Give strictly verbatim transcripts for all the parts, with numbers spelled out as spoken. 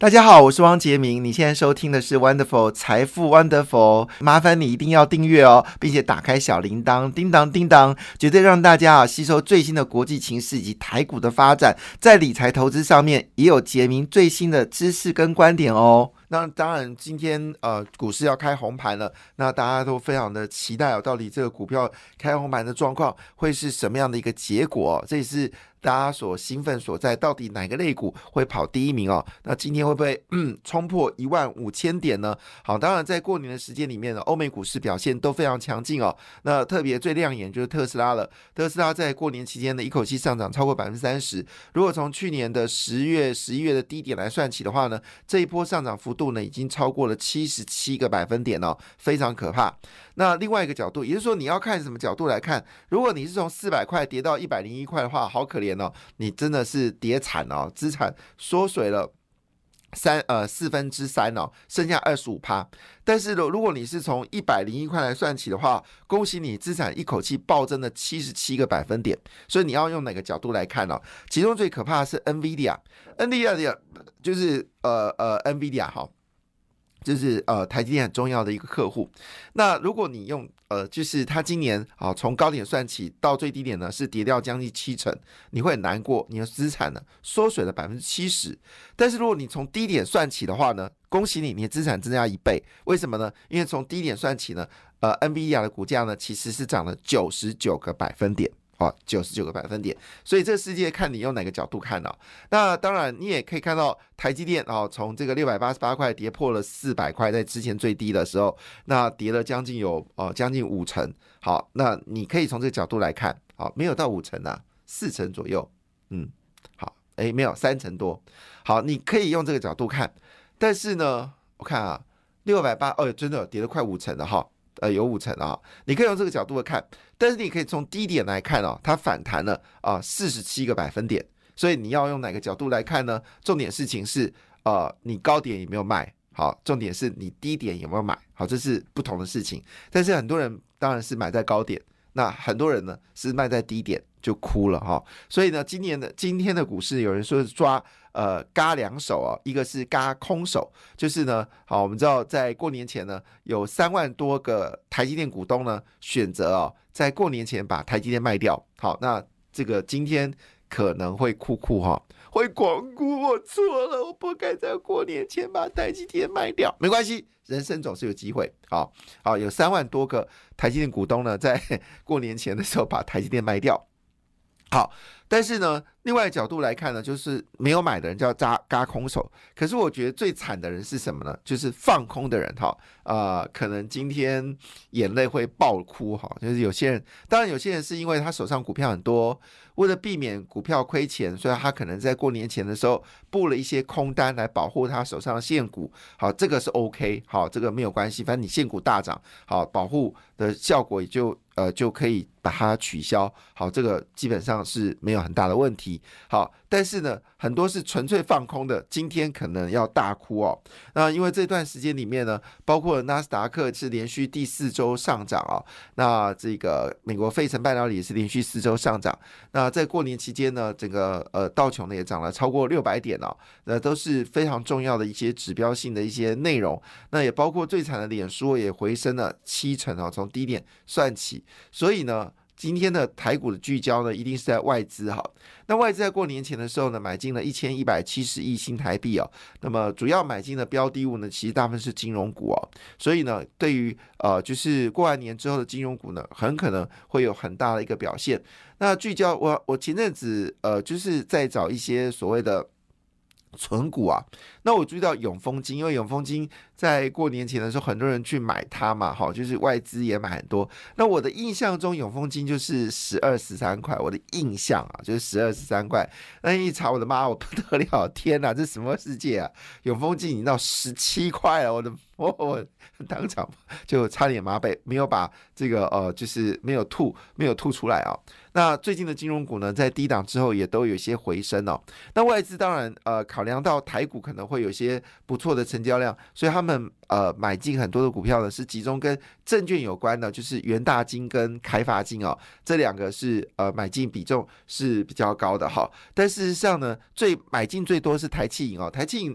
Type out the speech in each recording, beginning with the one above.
大家好，我是汪杰明，你现在收听的是 Wonderful 财富 Wonderful， 麻烦你一定要订阅哦，并且打开小铃铛，叮当叮当，绝对让大家啊吸收最新的国际情势以及台股的发展，在理财投资上面也有杰明最新的知识跟观点哦。那当然，今天呃股市要开红盘了，那大家都非常的期待哦，到底这个股票开红盘的状况会是什么样的一个结果哦？这也是大家所兴奋所在，到底哪个类股会跑第一名哦？那今天会不会嗯冲破一万五千点呢？好，当然在过年的时间里面呢，欧美股市表现都非常强劲哦。那特别最亮眼就是特斯拉了，特斯拉在过年期间呢，一口气上涨超过百分之三十。如果从去年的十月、十一月的低点来算起的话呢，这一波上涨幅度呢，已经超过了七十七个百分点哦，非常可怕。那另外一个角度，也就是说你要看什么角度来看，如果你是从四百块跌到一百零一块的话，好可怜哦，你真的是跌惨哦，资产缩水了三呃四分之三哦，剩下二十五趴。但是如果你是从一百零一块来算起的话，恭喜你资产一口气暴增了七十七个百分点。所以你要用哪个角度来看哦？其中最可怕的是 NVIDIA，NVIDIA 的就是呃呃 NVIDIA 哈。就是呃台积电很重要的一个客户。那如果你用呃就是它今年啊从高点算起到最低点呢是跌掉将近七成，你会很难过，你的资产呢缩水了百分之七十。但是如果你从低点算起的话呢，恭喜你，你的资产增加一倍。为什么呢？因为从低点算起呢，呃 NVIDIA 的股价呢其实是涨了九十九个百分点。哦，九十九个百分点，所以这个世界看你用哪个角度看哦。那当然，你也可以看到台积电哦，从这个六百八十八块跌破了四百块，在之前最低的时候，那跌了将近有哦将近五成。好，那你可以从这个角度来看，好，没有到五成啊，四成左右，嗯，好，哎，没有三成多。好，你可以用这个角度看，但是呢，我看啊，六百八哦，真的跌了快五成了哈。呃，有五成啊、哦，你可以用这个角度来看，但是你可以从低点来看哦，它反弹了啊四十七个百分点，所以你要用哪个角度来看呢？重点事情是呃，你高点有没有卖？好，重点是你低点有没有买？好，这是不同的事情。但是很多人当然是买在高点，那很多人呢是卖在低点就哭了哈、哦。所以呢，今年的今天的股市有人说是抓。呃，嘎两手啊，一个是嘎空手，就是呢，好，我们知道在过年前呢，有三万多个台积电股东呢选择哦，在过年前把台积电卖掉。好，那这个今天可能会哭哭哈，会狂哭，我错了，我不该在过年前把台积电卖掉。没关系，人生总是有机会。好，好，有三万多个台积电股东呢，在过年前的时候把台积电卖掉。好，但是呢，另外角度来看呢，就是没有买的人叫扎嘎空手。可是我觉得最惨的人是什么呢？就是放空的人哈，呃，可能今天眼泪会爆哭哈。就是有些人，当然有些人是因为他手上股票很多，为了避免股票亏钱，所以他可能在过年前的时候布了一些空单来保护他手上的现股。好，这个是 OK， 好，这个没有关系，反正你现股大涨，好，保护的效果也就呃就可以把它取消。好，这个基本上是没有很大的问题。好，但是呢，很多是纯粹放空的，今天可能要大哭哦。那因为这段时间里面呢，包括纳斯达克是连续第四周上涨哦，那这个美国费城半导体也是连续四周上涨。那在过年期间呢，整个呃道琼呢也涨了超过六百点哦，那都是非常重要的一些指标性的一些内容。那也包括最惨的脸书也回升了七成哦，从低点算起。所以呢，今天的台股的聚焦呢，一定是在外资哈。那外资在过年前的时候呢，买进了一千一百七十亿新台币哦。那么主要买进的标的物呢，其实大部分是金融股哦。所以呢，对于呃，就是过完年之后的金融股呢，很可能会有很大的一个表现。那聚焦我我前阵子呃，就是在找一些所谓的存股啊，那我注意到永丰金，因为永丰金在过年前的时候，很多人去买它嘛，好，就是外资也买很多。那我的印象中，永丰金就是十二十三块，我的印象啊，就是十二十三块。那一查，我的妈，我不得了，天哪，这什么世界啊？永丰金已经到十七块了，我的。我我当场就差点麻痹，没有把这个呃，就是没有吐，没有吐出来啊、哦。那最近的金融股呢，在低档之后也都有一些回升哦。那外资当然呃，考量到台股可能会有一些不错的成交量，所以他们呃买进很多的股票呢，是集中跟证券有关的，就是元大金跟开发金哦，这两个是呃买进比重是比较高的哈。但事实上呢，最买进最多是台企银哦，台企银。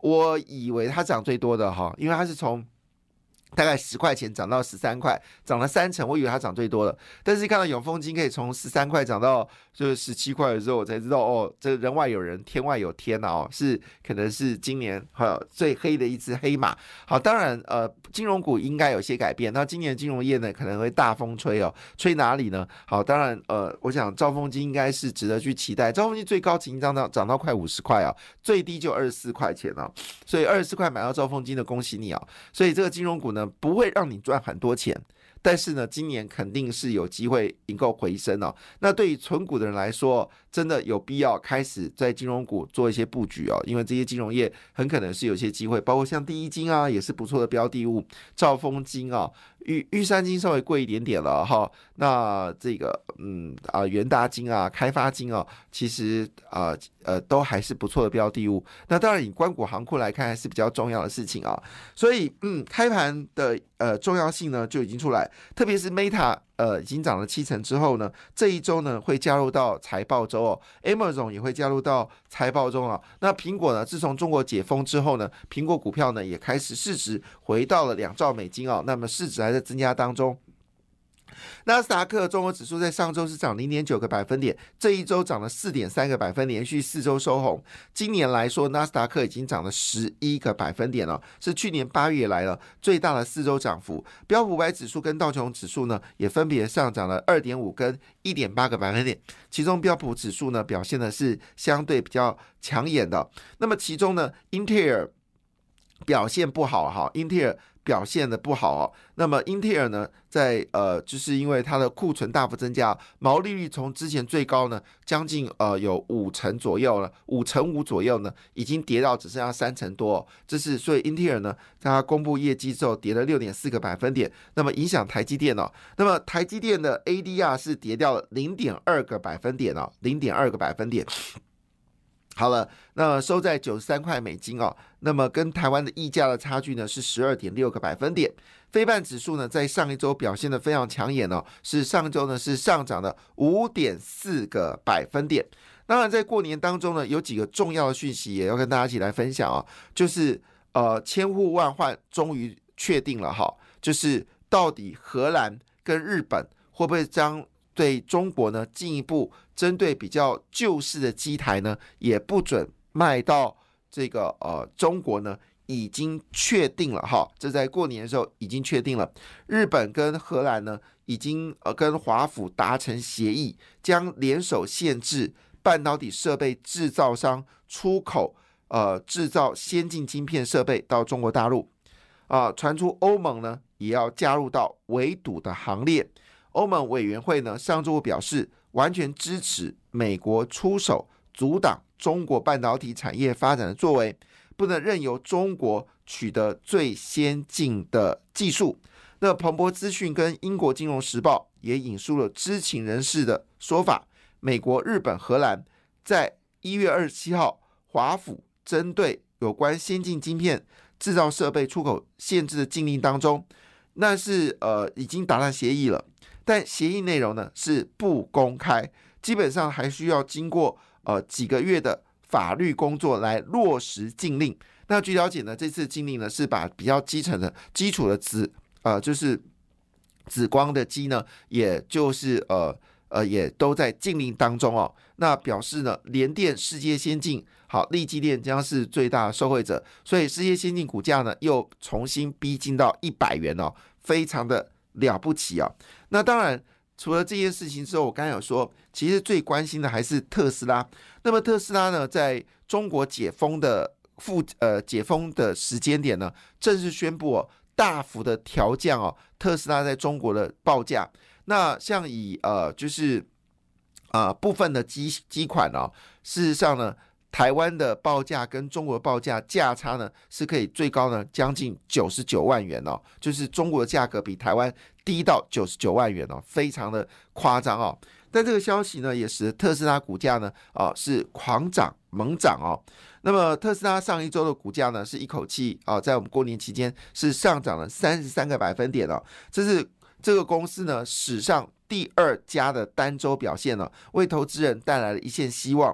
我以为它涨最多的哈，因为它是从大概十块钱涨到十三块，涨了三成，我以为它涨最多了。但是看到永丰金可以从十三块涨到就是十七块的时候，我才知道哦，这人外有人，天外有天啊！哦，是可能是今年哈最黑的一只黑马。好，当然呃，金融股应该有些改变。那今年金融业呢可能会大风吹哦，吹哪里呢？好，当然呃，我想兆丰金应该是值得去期待。兆丰金最高曾经涨到涨到快五十块啊，最低就二十四块钱啊，所以二十四块买到兆丰金的，恭喜你啊！所以这个金融股呢，不会让你赚很多钱，但是呢，今年肯定是有机会能够回升哦。那对于存股的人来说，真的有必要开始在金融股做一些布局哦，因为这些金融业很可能是有些机会，包括像第一金啊，也是不错的标的物，兆丰金啊，玉玉山金稍微贵一点点了哈。那这个嗯啊元大金啊、开发金啊，其实啊 呃, 呃都还是不错的标的物。那当然以官股行库来看，还是比较重要的事情啊。所以嗯，开盘的呃重要性呢就已经出来，特别是 Meta 呃已经涨了七成之后呢，这一周呢会加入到财报周哦 ，Amazon 也会加入到财报中啊。那苹果呢，自从中国解封之后呢，苹果股票呢也开始市值回到了两兆美金哦，那么市值还在增加当中。纳斯达克综合指数在上周是涨 零点九个百分点，这一周涨了 四点三个百分点，连续四周收红。今年来说，纳斯达克已经涨了十一个百分点了，是去年八月来了最大的四周涨幅。标普五百指数跟道琼指数呢，也分别上涨了 二点五 跟 一点八个百分点，其中标普指数呢表现的是相对比较抢眼的。那么其中呢，英特尔表现不好哈，英特尔表现的不好哦。那么英特尔呢，在呃，就是因为它的库存大幅增加，毛利率从之前最高呢，将近呃有五成左右了，五成五左右呢，已经跌到只剩下三成多哦。这是所以英特尔呢，在它公布业绩之后跌了六点四个百分点，那么影响台积电哦。那么台积电的 A D R 是跌掉了零点二个百分点哦，零点二个百分点。好了，那收在九十三块美金哦，那么跟台湾的溢价的差距呢是 十二点六个百分点。非半指数呢在上一周表现得非常抢眼哦，是上周呢是上涨了 五点四个百分点。当然在过年当中呢，有几个重要的讯息也要跟大家一起来分享哦，就是呃千呼万唤终于确定了哈，就是到底荷兰跟日本会不会将对中国呢进一步针对比较旧式的机台呢，也不准卖到这个呃中国呢，已经确定了哈，这在过年的时候已经确定了。日本跟荷兰呢，已经呃跟华府达成协议，将联手限制半导体设备制造商出口呃制造先进晶片设备到中国大陆啊、呃。传出欧盟呢也要加入到围堵的行列。欧盟委员会呢上周表示，完全支持美国出手阻挡中国半导体产业发展的作为，不能任由中国取得最先进的技术。那彭博资讯跟英国金融时报也引述了知情人士的说法，美国、日本、荷兰在一月二十七号华府针对有关先进晶片制造设备出口限制的禁令当中，那是呃已经达成协议了，但协议内容呢是不公开，基本上还需要经过呃几个月的法律工作来落实禁令。那据了解呢，这次禁令呢是把比较基层的基础的紫呃就是紫光的机呢，也就是呃呃也都在禁令当中哦。那表示呢，联电、世界先进、好力积电将是最大的受惠者，所以世界先进股价呢又重新逼近到一百元哦，非常的了不起啊！那当然，除了这件事情之后，我刚才有说，其实最关心的还是特斯拉。那么特斯拉呢，在中国解封的复呃解封的时间点呢，正式宣布哦，大幅的调降哦，特斯拉在中国的报价。那像以呃就是呃部分的机机款哦，事实上呢，台湾的报价跟中国的报价价差呢，是可以最高呢将近九十九万元哦，就是中国的价格比台湾低到九十九万元哦，非常的夸张哦。但这个消息呢，也使得特斯拉股价呢，啊、呃、是狂涨猛涨哦。那么特斯拉上一周的股价呢，是一口气啊、呃，在我们过年期间是上涨了三十三个百分点哦，这是这个公司呢史上第二佳的单周表现了，为投资人带来了一线希望。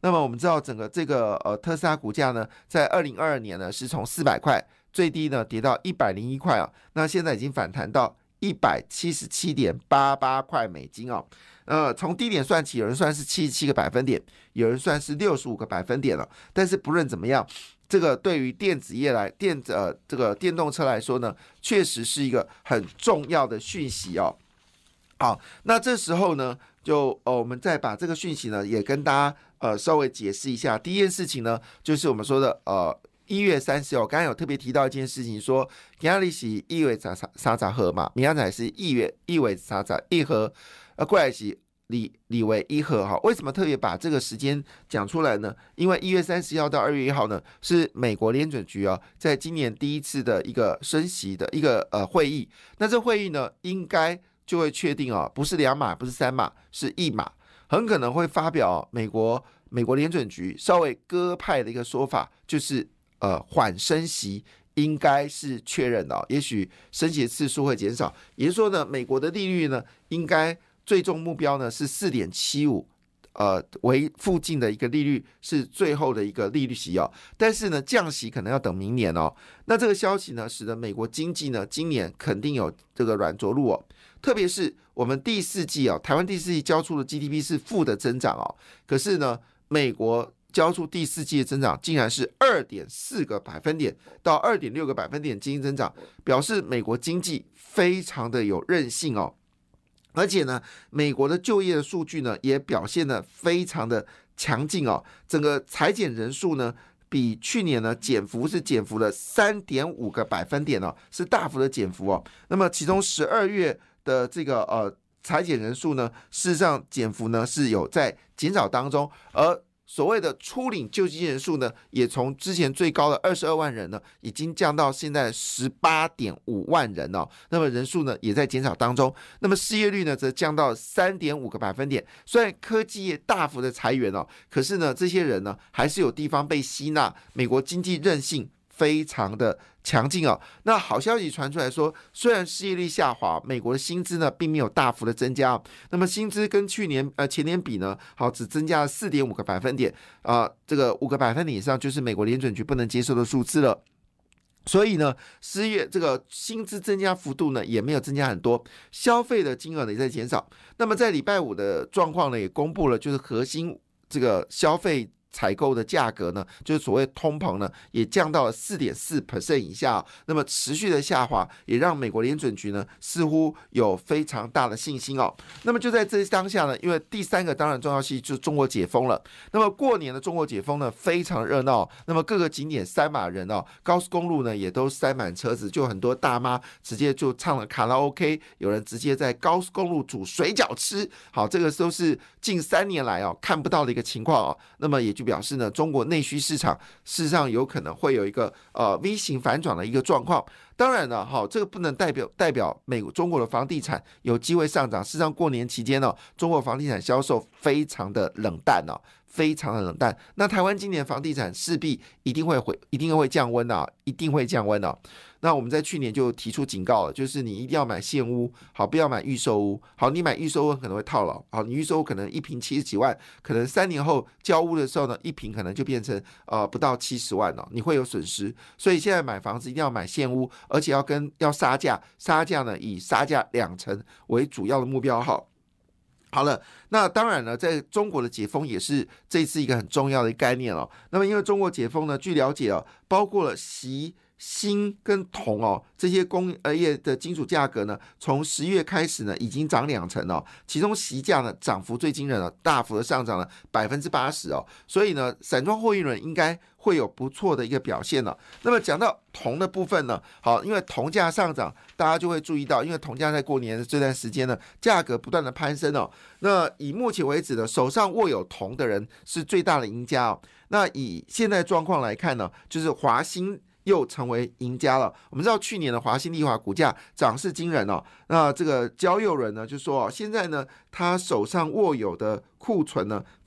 那么我们知道整个这个呃特斯拉股价呢，在二零二二年呢是从四百块最低呢跌到一百零一块啊，那现在已经反弹到一百七十七点八八块美金哦。呃，从低点算起，有人算是七十七个百分点，有人算是六十五个百分点了。但是不论怎么样，这个对于电子业来电子呃这个电动车来说呢，确实是一个很重要的讯息哦。好，那这时候呢，就呃我们再把这个讯息呢也跟大家呃稍微解释一下。第一件事情呢，就是我们说的呃。一月三十号，刚刚有特别提到一件事情，说今天是一月三三十号嘛，明天才是一月一月三十一号，呃，过来是李李为一号哈。为什么特别把这个时间讲出来呢？因为一月三十号到二月一号呢，是美国联准局啊，在今年第一次的一个升息的一个呃会议。那这会议呢，应该就会确定啊，不是两码，不是三码，是一码，很可能会发表美国美国联准局稍微鸽派的一个说法，就是。呃，缓升息应该是确认的、哦，也许升息的次数会减少，也就是说呢，美国的利率呢，应该最终目标呢是 四点七五， 呃，为附近的一个利率是最后的一个利率息哦。但是呢，降息可能要等明年哦。那这个消息呢，使得美国经济呢，今年肯定有这个软着陆哦。特别是我们第四季哦，台湾第四季交出的 G D P 是负的增长哦，可是呢，美国。交出第四季的增长竟然是 二点四个百分点到 二点六个百分点经济增长，表示美国经济非常的有韧性哦。而且呢，美国的就业的数据呢也表现得非常的强劲哦。整个裁减人数呢比去年呢减幅是减幅了 三点五个百分点哦，是大幅的减幅哦。那么其中十二月的这个呃裁减人数呢，事实上减幅呢是有在减少当中，而所谓的初领救济人数呢，也从之前最高的二十二万人呢，已经降到现在 十八点五万人哦。那么人数呢，也在减少当中。那么失业率呢，则降到 三点五个百分点。虽然科技业大幅的裁员哦，可是呢，这些人呢，还是有地方被吸纳。美国经济韧性非常的强劲哦。那好消息传出来说，虽然失业率下滑，美国的薪资呢并没有大幅的增加、哦。那么薪资跟去年呃前年比呢，好只增加了 四点五个百分点啊、呃，这个五个百分点以上就是美国联准局不能接受的数字了。所以呢，失业这个薪资增加幅度呢也没有增加很多，消费的金额呢也在减少。那么在礼拜五的状况呢也公布了，就是核心这个消费。采购的价格呢，就是所谓通膨呢，也降到了 百分之四点四 以下、哦。那么持续的下滑，也让美国联准局呢似乎有非常大的信心哦。那么就在这当下呢，因为第三个当然重要性就是中国解封了。那么过年的中国解封呢非常热闹，那么各个景点塞满人哦，高速公路呢也都塞满车子，就很多大妈直接就唱了卡拉 OK， 有人直接在高速公路煮水饺吃。好，这个都是近三年来哦看不到的一个情况哦。那么也就表示呢，中国内需市场事实上有可能会有一个呃 V 型反转的一个状况。当然了，好，这个不能代表代表美国中国的房地产有机会上涨。事实上，过年期间呢、哦，中国房地产销售非常的冷淡哦，非常的冷淡。那台湾今年房地产势必一定会回，一定会降温啊，一定会降温啊。那我们在去年就提出警告了，就是你一定要买现屋，好，不要买预售屋。好，你买预售屋可能会套牢，好，你预售屋可能一坪七十几万，可能三年后交屋的时候呢，一坪可能就变成呃不到七十万了，你会有损失。所以现在买房子一定要买现屋，而且要跟要杀价，杀价呢以杀价两成为主要的目标。好。好了，那当然了，在中国的解封也是这次一个很重要的概念哦。那么因为中国解封呢，据了解哦，包括了锡、锌跟铜哦这些工业的金属价格呢，从十月开始呢已经涨两成哦。其中锡价呢涨幅最惊人了，大幅的上涨了百分之八十哦。所以呢，散装货运轮应该会有不错的一个表现了、哦。那么讲到铜的部分呢，好，因为铜价上涨，大家就会注意到，因为铜价在过年的这段时间呢，价格不断的攀升哦。那以目前为止呢，手上握有铜的人是最大的赢家哦。那以现在状况来看呢，就是华兴又成为赢家了。我们知道去年的华兴丽华股价涨势惊人哦。那这个交易人呢就说哦，现在呢他手上握有的库存呢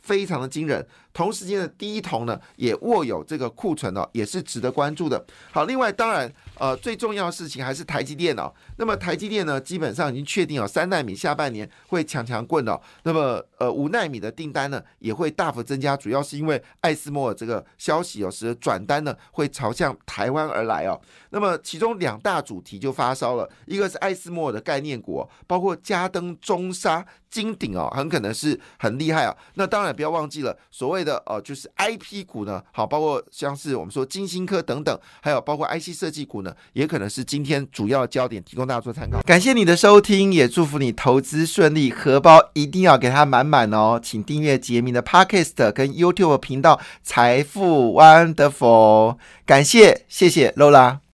非常的惊人。同时间的第一铜呢，也握有这个库存哦，也是值得关注的。好，另外当然呃最重要的事情还是台积电哦。那么台积电呢，基本上已经确定哦，三奈米下半年会强强棍哦。那么呃五奈米的订单呢也会大幅增加，主要是因为艾斯摩尔这个消息哦，使得转单呢会朝向台湾而来哦。那么其中两大主题就发烧了，一个是艾斯摩尔的概念股、哦，包括嘉登、中砂、金鼎哦，很可能是很厉害哦。那当然不要忘记了所谓的呃就是 I P 股呢，好，包括像是我们说金星科等等，还有包括 I C 设计股呢，也可能是今天主要的焦点，提供大家做参考。感谢你的收听，也祝福你投资顺利，荷包一定要给它满满哦。请订阅杰明的 Podcast 跟 YouTube 频道财富 Wonderful， 感谢，谢谢 Lola。